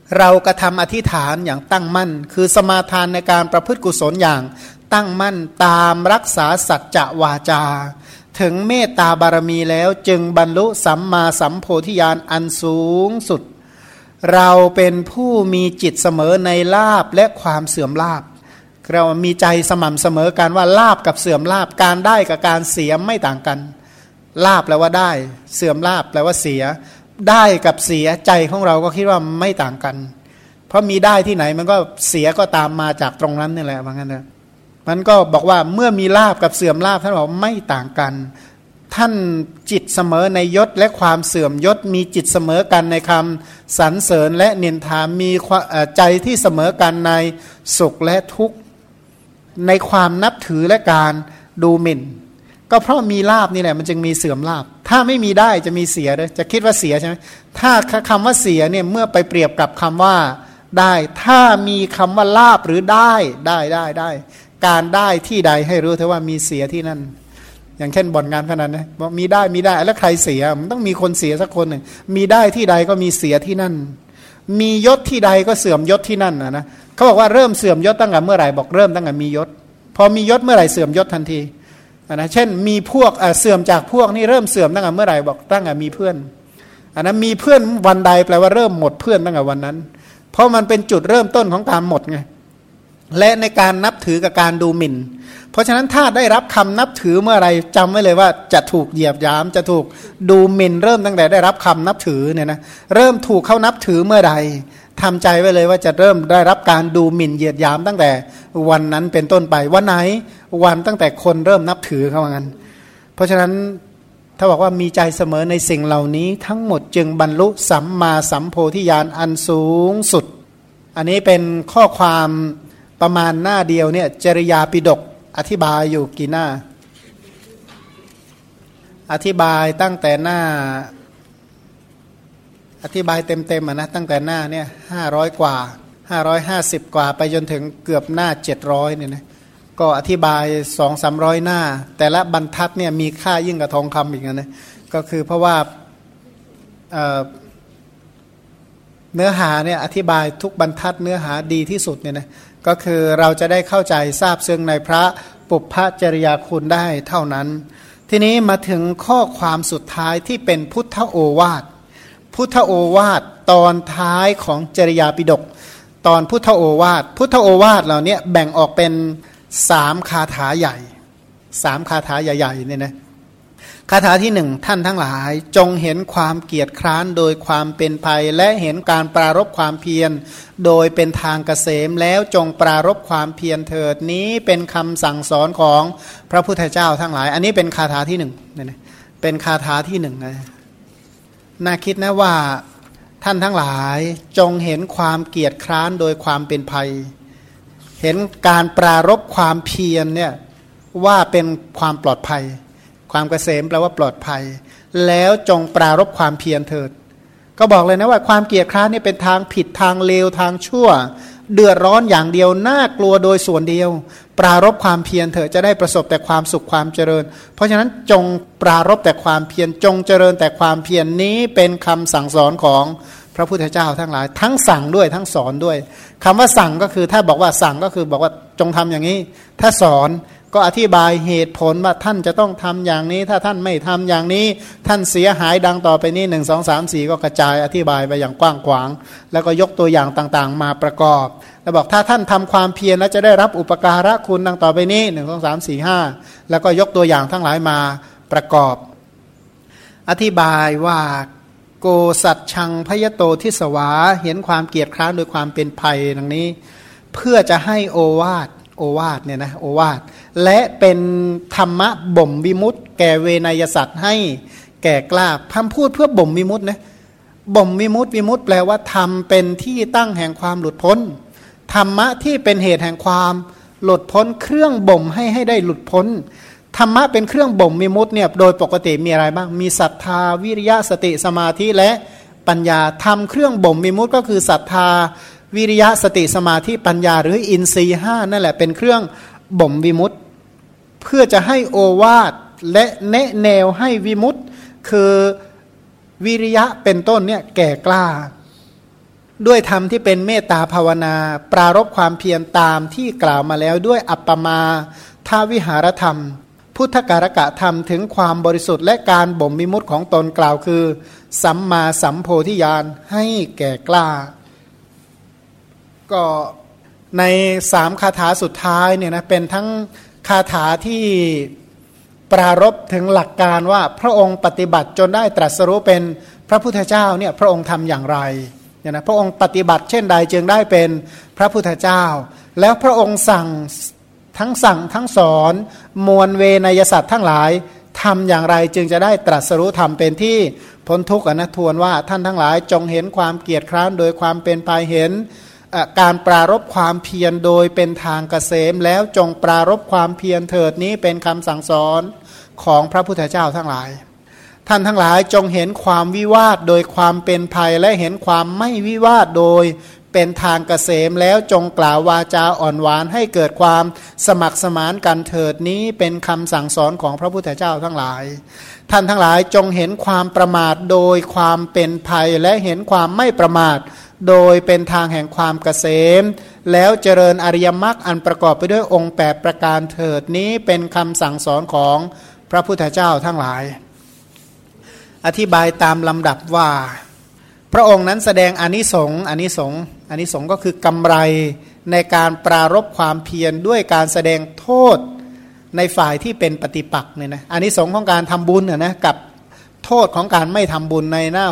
เรากระทำอธิษฐานอย่างตั้งมั่นคือสมาทานในการประพฤติกุศลอย่างตั้งมั่นตามรักษาสัจจะวาจาถึงเมตตาบารมีแล้วจึงบรรลุสัมมาสัมโพธิญาณอันสูงสุดเราเป็นผู้มีจิตเสมอในลาภและความเสื่อมลาภเรามีใจสม่ำเสมอกันว่าลาภกับเสื่อมลาภการได้กับการเสียไม่ต่างกันลาภแปลว่าได้เสื่อมลาภแปลว่าเสียได้กับเสียใจของเราก็คิดว่าไม่ต่างกันเพราะมีได้ที่ไหนมันก็เสียก็ตามมาจากตรงนั้นนี่แหละว่างั้นนะมันก็บอกว่าเมื่อมีลาภกับเสื่อมลาภท่านบอกไม่ต่างกันท่านจิตเสมอในยศและความเสื่อมยศมีจิตเสมอกันในคำสรรเสริญและนินทามีใจที่เสมอกันในสุขและทุกข์ในความนับถือและการดูหมิ่นก็เพราะมีลาภนี่แหละมันจึงมีเสื่อมลาภถ้าไม่มีได้จะมีเสียเลยจะคิดว่าเสียใช่ไหมถ้าคำว่าเสียเนี่ยเมื่อไปเปรียบกับคำว่าได้ถ้ามีคำว่าลาภหรือได้การได้ที่ใดให้รู้เถอะว่ามีเสียที่นั่นอย่างเช่นบ่อนงานพนันนะบอกมีได้แล้วใครเสียมันต้องมีคนเสียสักคนหนึ่งมีได้ที่ใดก็มีเสียที่นั่นมียศที่ใดก็เสื่อมยศที่นั่นนะเขาบอกว่าเริ่มเสื่อมยศตั้งแต่เมื่อไหร่บอกเริ่มตั้งแต่มียศพอมียศเมื่อไหร่เสื่อมยศทันทีนะเช่นมีพวกเสื่อมจากพวกนี่เริ่มเสื่อมตั้งแต่เมื่อไหร่บอกตั้งแต่มีเพื่อนมีเพื่อนวันใดแปลว่าเริ่มหมดเพื่อนตั้งแต่วันนั้นเพราะมันเป็นจุดเริ่มต้นของการหมดไงและในการนับถือกับการดูหมิ่นเพราะฉะนั้นถ้าได้รับคำนับถือเมื่อไรจำไว้เลยว่าจะถูกเหยียบย้ำจะถูกดูหมิ่นเริ่มตั้งแต่ได้รับคำนับถือเนี่ยนะเริ่มถูกเขานับถือเมื่อใดทำใจไว้เลยว่าจะเริ่มได้รับการดูหมิ่นเหยียดหยามตั้งแต่วันนั้นเป็นต้นไปวันไหนวันตั้งแต่คนเริ่มนับถือเขาว่างั้นเพราะฉะนั้นถ้าบอกว่ามีใจเสมอในสิ่งเหล่านี้ทั้งหมดจึงบรรลุสัมมาสัมโพธิญาณอันสูงสุดอันนี้เป็นข้อความประมาณหน้าเดียวเนี่ยจริยาปิฎกอธิบายอยู่กี่หน้าอธิบายตั้งแต่หน้าอธิบายเต็มๆนะตั้งแต่หน้าเนี่ย500 กว่า550 กว่าไปจนถึงเกือบหน้า700เนี่ยนะก็อธิบาย 200-300 หน้าแต่ละบรรทัดเนี่ยมีค่ายิ่งกว่าทองคำอีกนะก็คือเพราะว่าเนื้อหาเนี่ยอธิบายทุกบรรทัดเนื้อหาดีที่สุดเนี่ยนะก็คือเราจะได้เข้าใจทราบซึ้งในพระปุพพจริยคุณได้เท่านั้นทีนี้มาถึงข้อความสุดท้ายที่เป็นพุทธโอวาทพุทธโอวาทตอนท้ายของจริยาปิฎกตอนพุทธโอวาทเหล่านี้แบ่งออกเป็น3คาถาใหญ่3คาถาใหญ่ๆเนี่ยนะคาถาที่1ท่านทั้งหลายจงเห็นความเกียจคร้านโดยความเป็นภัยและเห็นการปรารภความเพียรโดยเป็นทางเกษมแล้วจงปรารภความเพียรเถิดนี้เป็นคำสั่งสอนของพระพุทธเจ้าทั้งหลายอันนี้เป็นคาถาที่1เนี่ยนะเป็นคาถาที่1นะน่าคิดนะว่าท่านทั้งหลายจงเห็นความเกียจคร้านโดยความเป็นภัยเห็นการปรารภความเพียรเนี่ยว่าเป็นความปลอดภัยความเกษมแปลว่าปลอดภัยแล้วจงปรารภความเพียรเถิดก็บอกเลยนะว่าความเกียจคร้านนี่เป็นทางผิดทางเลวทางชั่วเดือดร้อนอย่างเดียวน่ากลัวโดยส่วนเดียวปรารภความเพียรเถิดจะได้ประสบแต่ความสุขความเจริญเพราะฉะนั้นจงปรารภแต่ความเพียรจงเจริญแต่ความเพียร นี้เป็นคำสั่งสอนของพระพุทธเจ้าทั้งหลายทั้งสั่งด้วยทั้งสอนด้วยคำว่าสั่งก็คือถ้าบอกว่าสั่งก็คือบอกว่าจงทำอย่างนี้ถ้าสอนก็อธิบายเหตุผลว่าท่านจะต้องทำอย่างนี้ถ้าท่านไม่ทำอย่างนี้ท่านเสียหายดังต่อไปนี้1 2 3 4ก็กระจายอธิบายไปอย่างกว้างขวางแล้วก็ยกตัวอย่างต่างๆมาประกอบแล้วบอกถ้าท่านทำความเพียรแล้วจะได้รับอุปการะคุณดังต่อไปนี้1 2 3 4 5แล้วก็ยกตัวอย่างทั้งหลายมาประกอบอธิบายว่าโกสัจชังพยโตทิสวาเห็นความเกียจคร้านโดยความเป็นภัยดังนี้เพื่อจะให้โอวาทเนี่ยนะโอวาทและเป็นธรรมะบ่มวิมุตติแก่เวนยสัตว์ให้แก่กล้าคำพูดเพื่อบ่มวิมุตตินะบ่มวิมุตติแปลว่าธรรมเป็นที่ตั้งแห่งความหลุดพ้นธรรมะที่เป็นเหตุแห่งความหลุดพ้นเครื่องบ่มให้ได้หลุดพ้นธรรมะเป็นเครื่องบ่มวิมุตติเนี่ยโดยปกติมีอะไรบ้างมีศรัทธาวิริยะสติสมาธิและปัญญาทำเครื่องบ่มวิมุตติก็คือศรัทธาวิริยะสติสมาธิปัญญาหรืออินทรีย์5นั่นแหละเป็นเครื่องบ่มวิมุตติเพื่อจะให้โอวาทและแนะแนวให้วิมุตติคือวิริยะเป็นต้นเนี่ยแก่กล้าด้วยธรรมที่เป็นเมตตาภาวนาปรารภความเพียรตามที่กล่าวมาแล้วด้วยอัปปมาทวิหารธรรมพุทธการกะธรรมถึงความบริสุทธิ์และการบ่มวิมุตติของตนกล่าวคือสัมมาสัมโพธิญาณให้แก่กล้าก็ใน3คาถาสุดท้ายเนี่ยนะเป็นทั้งคาถาที่ปรารภถึงหลักการว่าพระองค์ปฏิบัติจนได้ตรัสรู้เป็นพระพุทธเจ้าเนี่ยพระองค์ทำอย่างไรเนี่ยนะพระองค์ปฏิบัติเช่นใดจึงได้เป็นพระพุทธเจ้าแล้วพระองค์สั่งทั้งสอนมวลเวนยสัตว์ทั้งหลายทำอย่างไรจึงจะได้ตรัสรู้ธรรมเป็นที่พ้นทุกข์นะทวนว่าท่านทั้งหลายจงเห็นความเกียจคร้านโดยความเป็นไปเห็นการปรารภความเพียรโดยเป็นทางเกษมแล้วจงปรารภความเพียรเถิดนี้เป็นคำสั่งสอนของพระพุทธเจ้าทั้งหลายท่านทั้งหลายจงเห็นความวิวาทโดยความเป็นภัยและเห็นความไม่วิวาทโดยเป็นทางเกษมแล้วจงกล่าววาจาอ่อนหวานให้เกิดความสมัครสมานกันเถิดนี้เป็นคำสั่งสอนของพระพุทธเจ้าทั้งหลายท่านทั้งหลายจงเห็นความประมาทโดยความเป็นภัยและเห็นความไม่ประมาทโดยเป็นทางแห่งความเกษมแล้วเจริญอริยมรรคอันประกอบไปด้วยองค์8ประการเถิดนี้เป็นคำสั่งสอนของพระพุทธเจ้าทั้งหลายอธิบายตามลำดับว่าพระองค์นั้นแสดงอานิสงส์ก็คือกำไรในการปรารภความเพียรด้วยการแสดงโทษในฝ่ายที่เป็นปฏิปักษ์เนี่ยนะอานิสงส์ของการทำบุญนะกับโทษของการไม่ทำบุญในหน้า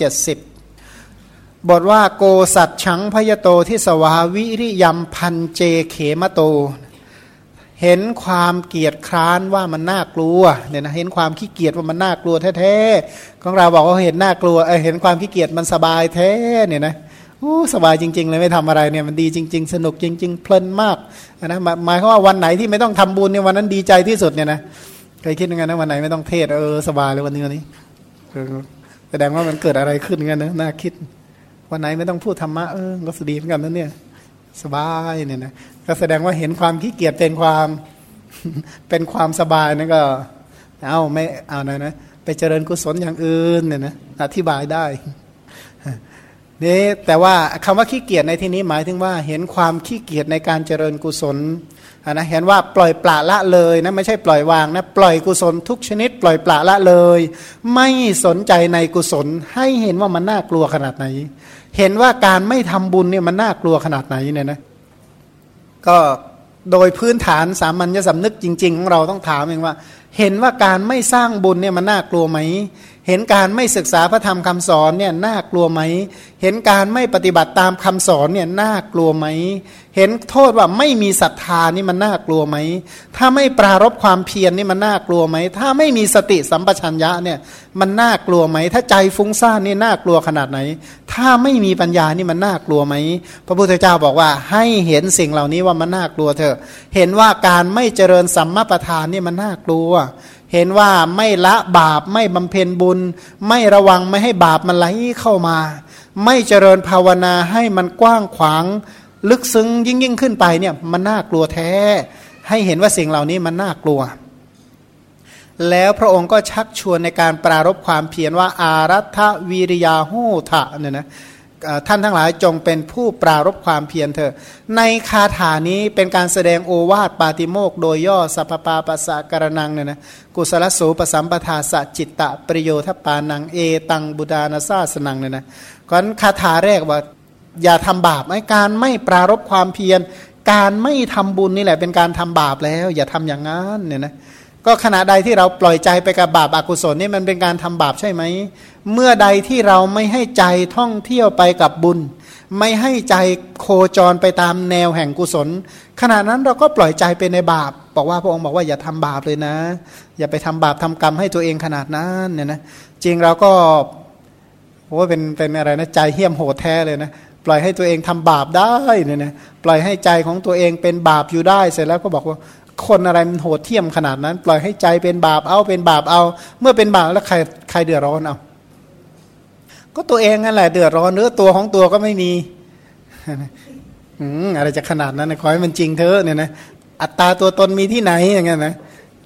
670บทว่าโกสัจฉังพยโตทิสวาวิริยัมพันเจเขมโตเห็นความเกียจคร้านว่ามันน่ากลัวเนี่ยนะเห็นความขี้เกียจว่ามันน่ากลัวแท้ๆของเราบอกว่าเห็นน่ากลัวเห็นความขี้เกียจมันสบายแท้เนี่ยนะสบายจริงๆเลยไม่ทำอะไรเนี่ยมันดีจริงๆสนุกจริงๆเพลินมากนะหมายความว่าวันไหนที่ไม่ต้องทำบุญเนี่ยวันนั้นดีใจที่สุดเนี่ยนะเคยคิดยังไงนะวันไหนไม่ต้องเทศสบายเลยวันนี้แสดงว่ามันเกิดอะไรขึ้นกันนะน่าคิดวันไหนไม่ต้องพูดธรรมะก็สดีเหมือนกันนะเนี่ยสบายเนี่ยนะก็แสดงว่าเห็นความขี้เกียจเป็นความสบายนั่นก็ไม่เอานะไปเจริญกุศลอย่างอื่นเนี่ยนะอธิบายได้นี่แต่ว่าคำว่าขี้เกียจในที่นี้หมายถึงว่าเห็นความขี้เกียจในการเจริญกุศลนะเห็นว่าปล่อยปละละเลยนะไม่ใช่ปล่อยวางนะปล่อยกุศลทุกชนิดปล่อยปละละเลยไม่สนใจในกุศลให้เห็นว่ามันน่ากลัวขนาดไหนเห็นว่าการไม่ทำบุญเนี่ยมันน่ากลัวขนาดไหนเนี่ยนะก็โดยพื้นฐานสามัญสำนึกจริงๆของเราต้องถามเองว่าเห็นว่าการไม่สร้างบุญเนี่ยมันน่ากลัวไหมเห็นการไม่ศึกษาพระธรรมคำสอนเนี่ยน่ากลัวไหมเห็นการไม่ปฏิบัติตามคำสอนเนี่ยน่ากลัวไหมเห็นโทษว่าไม่มีศรัทธานี่มันน่ากลัวไหมถ้าไม่ปรารภความเพียรนี่มันน่ากลัวไหมถ้าไม่มีสติสัมปชัญญะเนี่ยมันน่ากลัวไหมถ้าใจฟุ้งซ่านนี่น่ากลัวขนาดไหนถ้าไม่มีปัญญานี่มันน่ากลัวไหมพระพุทธเจ้าบอกว่าให้เห็นสิ่งเหล่านี้ว่ามันน่ากลัวเถอะเห็นว่าการไม่เจริญสัมมาประธานนี่มันน่ากลัวเห็นว่าไม่ละบาปไม่บำเพ็ญบุญไม่ระวังไม่ให้บาปมันไหลเข้ามาไม่เจริญภาวนาให้มันกว้างขวางลึกซึ้งยิ่งขึ้นไปเนี่ยมันน่ากลัวแท้ให้เห็นว่าสิ่งเหล่านี้มันน่ากลัวแล้วพระองค์ก็ชักชวนในการปรารภความเพียรว่าอารัฐวิริยาโหทะเนี่ยนะท่านทั้งหลายจงเป็นผู้ปรารภความเพียรเถอะในคาถานี้เป็นการแสดงโอวาทปาติโมกข์โดยย่อสัพพปาปัสสะกรณังเนี่ยนะกุศลสูปสัมปทาสะจิตตะปริโยทปานังเอตังบุดานาซาสนังเนี่ยนะเพราะฉะนั้นคาถาแรกว่าอย่าทำบาปการไม่ปรารภความเพียรการไม่ทำบุญนี่แหละเป็นการทำบาปแล้วอย่าทำอย่างนั้นเนี่ยนะก็ขณะใดที่เราปล่อยใจไปกับบาปอกุศลนี่มันเป็นการทำบาปใช่ไหมเมื่อใดที่เราไม่ให้ใจท่องเที่ยวไปกับบุญไม่ให้ใจโคจรไปตามแนวแห่งกุศลขณะนั้นเราก็ปล่อยใจไปในบาปบอกว่าพระองค์บอกว่าอย่าทำบาปเลยนะอย่าไปทำบาปทำกรรมให้ตัวเองขนาดนั้นเนี่ยนะจริงเราก็โอ้เป็นอะไรนะใจเหี้ยมโหดแท้เลยนะปล่อยให้ตัวเองทำบาปได้เนี่ยนะปล่อยให้ใจของตัวเองเป็นบาปอยู่ได้เสร็จแล้วก็บอกว่าคนอะไรมันโหดเหี้ยมขนาดนั้นปล่อยให้ใจเป็นบาปเป็นบาปเมื่อเป็นบาปแล้วใครเดือดร้อนก็ตัวเองนั่นแหละเดือดร้อนเนื้อตัวของตัวก็ไม่มีอะไรจะขนาดนั้นขอให้มันจริงเถอะเนี่ยนะอัตตาตัวตนมีที่ไหนอย่างเงี้ยนะ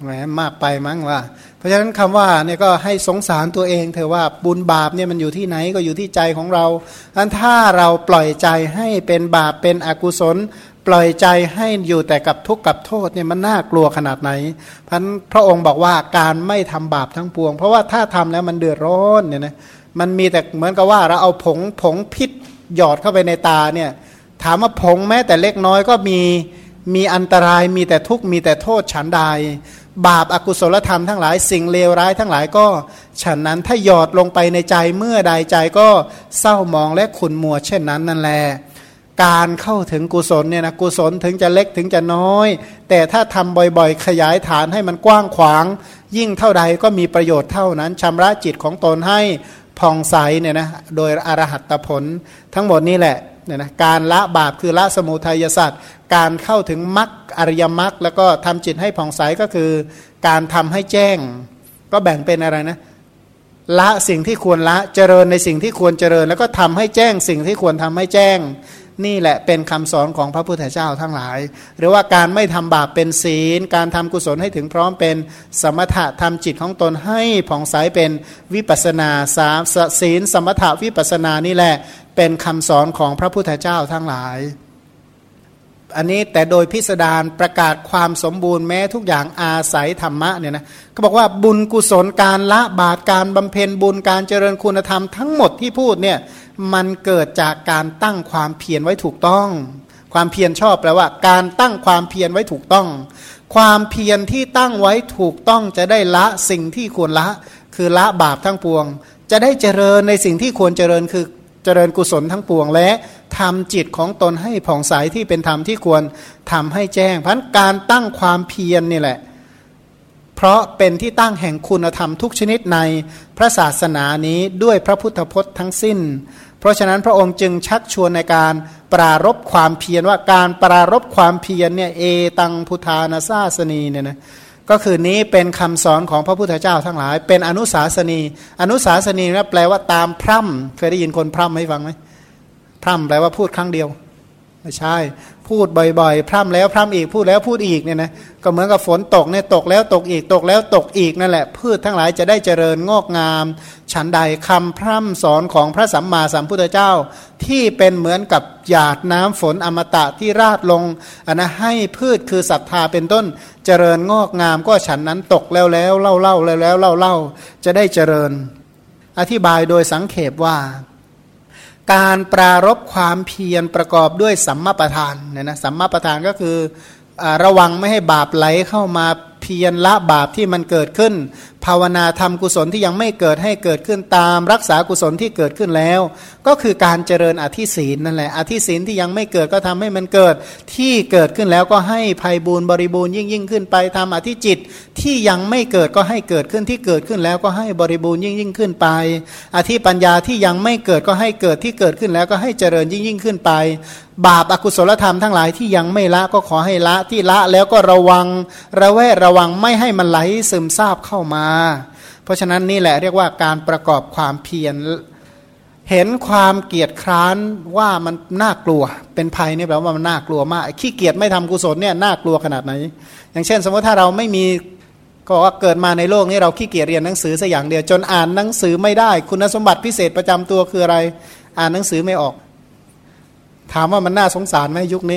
แหมมากไปมั้งว่าเพราะฉะนั้นคำว่าเนี่ยก็ให้สงสารตัวเองเถอะว่าบุญบาปเนี่ยมันอยู่ที่ไหนก็อยู่ที่ใจของเราอันถ้าเราปล่อยใจให้เป็นบาปเป็นอกุศลปล่อยใจให้อยู่แต่กับทุกข์กับโทษเนี่ยมันน่ากลัวขนาดไหนพระองค์บอกว่าการไม่ทำบาปทั้งปวงเพราะว่าถ้าทำแล้วมันเดือดร้อนเนี่ยนะมันมีแต่เหมือนกับว่าเราเอาผงพิษหยอดเข้าไปในตาเนี่ยถามว่าผงแม้แต่เล็กน้อยก็มีอันตรายมีแต่ทุกข์มีแต่โทษฉันใดบาปอกุศลธรรมทั้งหลายสิ่งเลวร้ายทั้งหลายก็ฉันนั้นถ้าหยอดลงไปในใจเมื่อใดใจก็เศร้ามองและขุ่นมัวเช่นนั้นนั่นแหละการเข้าถึงกุศลเนี่ยนะกุศลถึงจะเล็กถึงจะน้อยแต่ถ้าทำบ่อยๆขยายฐานให้มันกว้างขวางยิ่งเท่าใดก็มีประโยชน์เท่านั้นชำระจิตของตนให้ผ่องใสเนี่ยนะโดยอรหัตผลทั้งหมดนี่แหละเนี่ยนะการละบาปคือละสมุทัยสัตว์การเข้าถึงมรรคอริยมรรคแล้วก็ทำจิตให้ผ่องใสก็คือการทำให้แจ้งก็แบ่งเป็นอะไรนะละสิ่งที่ควรละเจริญในสิ่งที่ควรเจริญแล้วก็ทำให้แจ้งสิ่งที่ควรทำให้แจ้งนี่แหละเป็นคำสอนของพระพุทธเจ้าทั้งหลายหรือว่าการไม่ทำบาปเป็นศีลการทำกุศลให้ถึงพร้อมเป็นสมถะทำจิตของตนให้ผ่องใสเป็นวิปัสสนาศีลสมถะวิปัสสนานี่แหละเป็นคำสอนของพระพุทธเจ้าทั้งหลายอันนี้แต่โดยพิสดารประกาศความสมบูรณ์แม้ทุกอย่างอาศัยธรรมะเนี่ยนะก็บอกว่าบุญกุศลการละบาปการบำเพ็ญบุญการเจริญคุณธรรมทั้งหมดที่พูดเนี่ยมันเกิดจากการตั้งความเพียรไว้ถูกต้องความเพียรชอบแปลว่าการตั้งความเพียรไว้ถูกต้องความเพียรที่ตั้งไว้ถูกต้องจะได้ละสิ่งที่ควรละคือละบาปทั้งปวงจะได้เจริญในสิ่งที่ควรเจริญคือเจริญกุศลทั้งปวงและทำจิตของตนให้ผ่องใสที่เป็นธรรมที่ควรทำให้แจ้งเพราะการตั้งความเพียรนี่แหละเพราะเป็นที่ตั้งแห่งคุณธรรมทุกชนิดในพระศาสนานี้ด้วยพระพุทธพจน์ทั้งสิ้นเพราะฉะนั้นพระองค์จึงชักชวนในการปรารภความเพียรว่าการปรารภความเพียรเนี่ยเอตังพุทธานาซาสนีเนี่ยนะก็คือนี้เป็นคำสอนของพระพุทธเจ้าทั้งหลายเป็นอนุสาสนีอนุสาสนีนะแปลว่าตามพร่ำเคยได้ยินคนพร่ำให้ฟังไหมพร่ำแปลว่าพูดครั้งเดียวไม่ใช่พูดบ่อยๆพร่ำแล้วพร่ำอีกพูดแล้วพูดอีกเนี่ยนะก็เหมือนกับฝนตกเนี่ยตกแล้วตกอีกตกแล้วตกอีกนั่นแหละพืชทั้งหลายจะได้เจริญงอกงามฉันใดคำพร่ำสอนของพระสัมมาสัมพุทธเจ้าที่เป็นเหมือนกับหยาดน้ำฝนอมตะที่ราดลงนะให้พืชคือศรัทธาเป็นต้นเจริญงอกงามก็ฉันนั้นตกแล้วเล่าแล้วเล่าจะได้เจริญอธิบายโดยสังเขปว่าการปรารภความเพียรประกอบด้วยสัมมาประธานเนี่ยนะสัมมาประธานก็คือระวังไม่ให้บาปไหลเข้ามาเพียรละบาปที่มันเกิดขึ้นภาวนาทำกุศลที่ยังไม่เกิดให้เกิดขึ้นตามรักษากุศลที่เกิดขึ้นแล้วก็คือการเจริญอธิศีลนั่นแหละอธิศีลที่ยังไม่เกิดก็ทำให้มันเกิดที่เกิดขึ้นแล้วก็ให้ไพบูลย์บริบูรณ์ยิ่งขึ้นไปทำอธิจิตที่ยังไม่เกิดก็ให้เกิดขึ้นที่เกิดขึ้นแล้วก็ให้บริบูรณ์ยิ่งขึ้นไปอธิปัญญาที่ยังไม่เกิดก็ให้เกิดที่เกิดขึ้นแล้วก็ให้เจริญยิ่งขึ้นไปบาปอกุศลธรรมทั้งหลายที่ยังไม่ละก็ขอให้ละที่ละแล้วก็ระวังระแวดระวังไม่ให้มันไหลซึมซาบเข้ามาเพราะฉะนั้นนี่แหละเรียกว่าการประกอบความเพียรเห็นความเกียจคร้านว่ามันน่ากลัวเป็นภัยนี่แปลว่ามันน่ากลัวมากขี้เกียจไม่ทำกุศลเนี่ยน่ากลัวขนาดไหนอย่างเช่นสมมติถ้าเราไม่มีก็ว่าเกิดมาในโลกนี้เราขี้เกียจเรียนหนังสือสักอย่างเดียวจนอ่านหนังสือไม่ได้คุณสมบัติพิเศษประจำตัวคืออะไรอ่านหนังสือไม่ออกถามว่ามันน่าสงสารไหมยุคนี้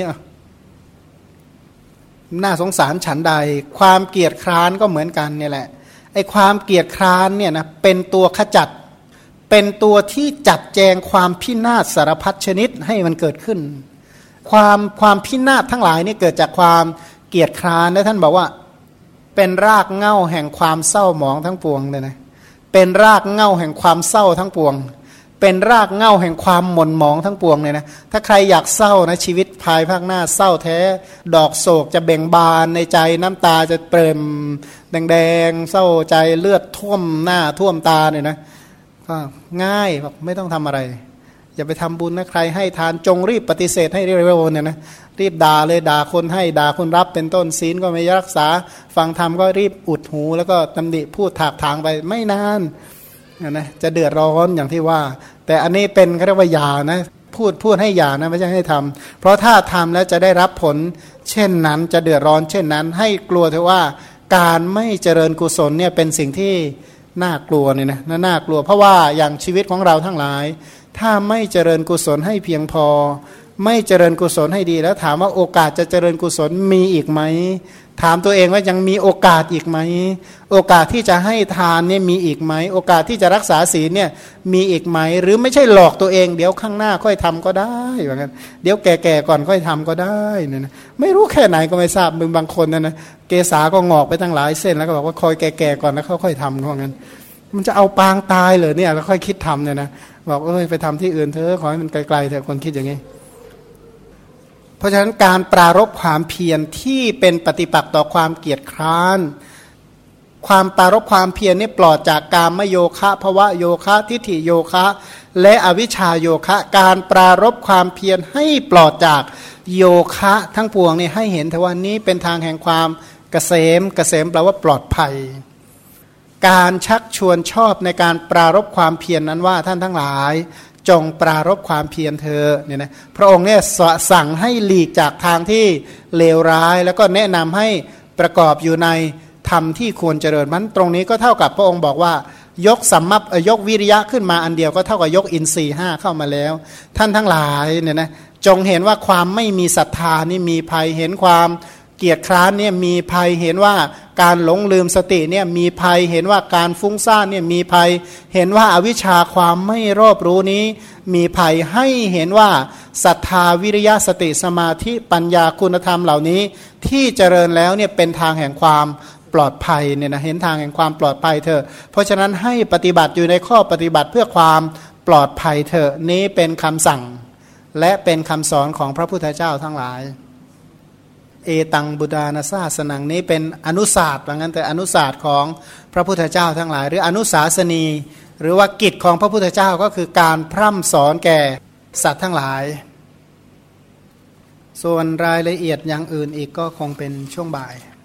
น่าสงสารฉันใดความเกียจคร้านก็เหมือนกันเนี่ยแหละไอ้ความเกียจคร้านเนี่ยนะเป็นตัวขจัดเป็นตัวที่จัดแจงความพินาศสารพัดชนิดให้มันเกิดขึ้นความพินาศทั้งหลายนี่เกิดจากความเกียจคร้านและท่านบอกว่าเป็นรากเหง้าแห่งความเศร้าหมองทั้งปวงเลยนะเป็นรากเหง้าแห่งความเศร้าทั้งปวงเป็นรากเหง้าแห่งความหม่นหมองทั้งปวงเลยนะถ้าใครอยากเศร้านะชีวิตภายภาคหน้าเศร้าแท้ดอกโศกจะเบ่งบานในใจน้ำตาจะเปริ่มแดงๆเศร้าใจเลือดท่วมหน้าท่วมตาเนี่ยนะก็ง่ายบอกไม่ต้องทำอะไรอย่าไปทำบุญนะใครให้ทานจงรีบปฏิเสธให้เร็วๆเนี่ยนะรีบด่าเลยด่าคนให้ด่าคนรับเป็นต้นศีลก็ไม่รักษาฟังธรรมก็รีบอุดหูแล้วก็ตำหนิพูดถากถางไปไม่นานนะจะเดือดร้อนอย่างที่ว่าแต่อันนี้เป็นเขาเรียกว่าอย่านะพูดให้อย่านะไม่ใช่ให้ทำเพราะถ้าทำแล้วจะได้รับผลเช่นนั้นจะเดือดร้อนเช่นนั้นให้กลัวเถอะว่าการไม่เจริญกุศลเนี่ยเป็นสิ่งที่น่ากลัวเนี่ยนะน่ากลัวเพราะว่าอย่างชีวิตของเราทั้งหลายถ้าไม่เจริญกุศลให้เพียงพอไม่เจริญกุศลให้ดีแล้วถามว่าโอกาสจะเจริญกุศลมีอีกไหมถามตัวเองว่ายังมีโอกาสอีกไหมโอกาสที่จะให้ทานเนี่ยมีอีกไหมโอกาสที่จะรักษาศีลเนี่ยมีอีกไหมหรือไม่ใช่หลอกตัวเองเดี๋ยวข้างหน้าค่อยทำก็ได้ว่างั้นเดี๋ยวแก่ๆก่อนค่อยทำก็ได้เนี่ยนะไม่รู้แค่ไหนก็ไม่ทราบมึงบางคนนะเกษาก็งอกไปตั้งหลายเส้นแล้วก็บอกว่าคอยแก่ๆก่อนแล้วค่อยทำเพราะงั้นมันจะเอาปางตายเหรอเนี่ยแล้วค่อยคิดทำเนี่ยนะบอกไปทำที่อื่นเถอะขอให้มันไกลๆเถอะคนคิดอย่างนี้เพราะฉะนั้นการปรารภความเพียรที่เป็นปฏิปักษ์ต่อความเกียจคร้านความปรารภความเพียรนี่ปลอดจากกามโยคะภวะโยคะทิฏฐิโยคะและอวิชชาโยคะการปรารภความเพียรให้ปลอดจากโยคะทั้งปวงนี่ให้เห็นแต่ว่านี้เป็นทางแห่งความเกษมแปลว่าปลอดภัยการชักชวนชอบในการปรารภความเพียร นั้นว่าท่านทั้งหลายจงปรารภความเพียรเธอเนี่ยนะพระองค์เนี่ยสั่งให้หลีกจากทางที่เลวร้ายแล้วก็แนะนำให้ประกอบอยู่ในธรรมที่ควรเจริญมันตรงนี้ก็เท่ากับพระองค์บอกว่ายกสัมมัปยกวิริยะขึ้นมาอันเดียวก็เท่ากับยกอินทรีย์5เข้ามาแล้วท่านทั้งหลายเนี่ยนะจงเห็นว่าความไม่มีศรัทธานี่มีภัยเห็นความเกียรติคร้านเนี่ยมีภัยเห็นว่าการหลงลืมสติเนี่ยมีภัยเห็นว่าการฟุ้งซ่านเนี่ยมีภัยเห็นว่าอวิชชาความไม่รอบรู้นี้มีภัยให้เห็นว่าศรัทธาวิริยะสติสมาธิปัญญาคุณธรรมเหล่านี้ที่เจริญแล้วเนี่ยเป็นทางแห่งความปลอดภัยเนี่ยนะเห็นทางแห่งความปลอดภัยเถอะเพราะฉะนั้นให้ปฏิบัติอยู่ในข้อปฏิบัติเพื่อความปลอดภัยเถอะนี้เป็นคำสั่งและเป็นคำสอนของพระพุทธเจ้าทั้งหลายเอตังบุดานาซาสนังนี้เป็นอนุศาสตร์ว่างั้นแต่อนุศาสตร์ของพระพุทธเจ้าทั้งหลายหรืออนุสาสนีหรือว่ากิจของพระพุทธเจ้าก็คือการพร่ำสอนแก่สัตว์ทั้งหลายส่วนรายละเอียดอย่างอื่นอีกก็คงเป็นช่วงบ่าย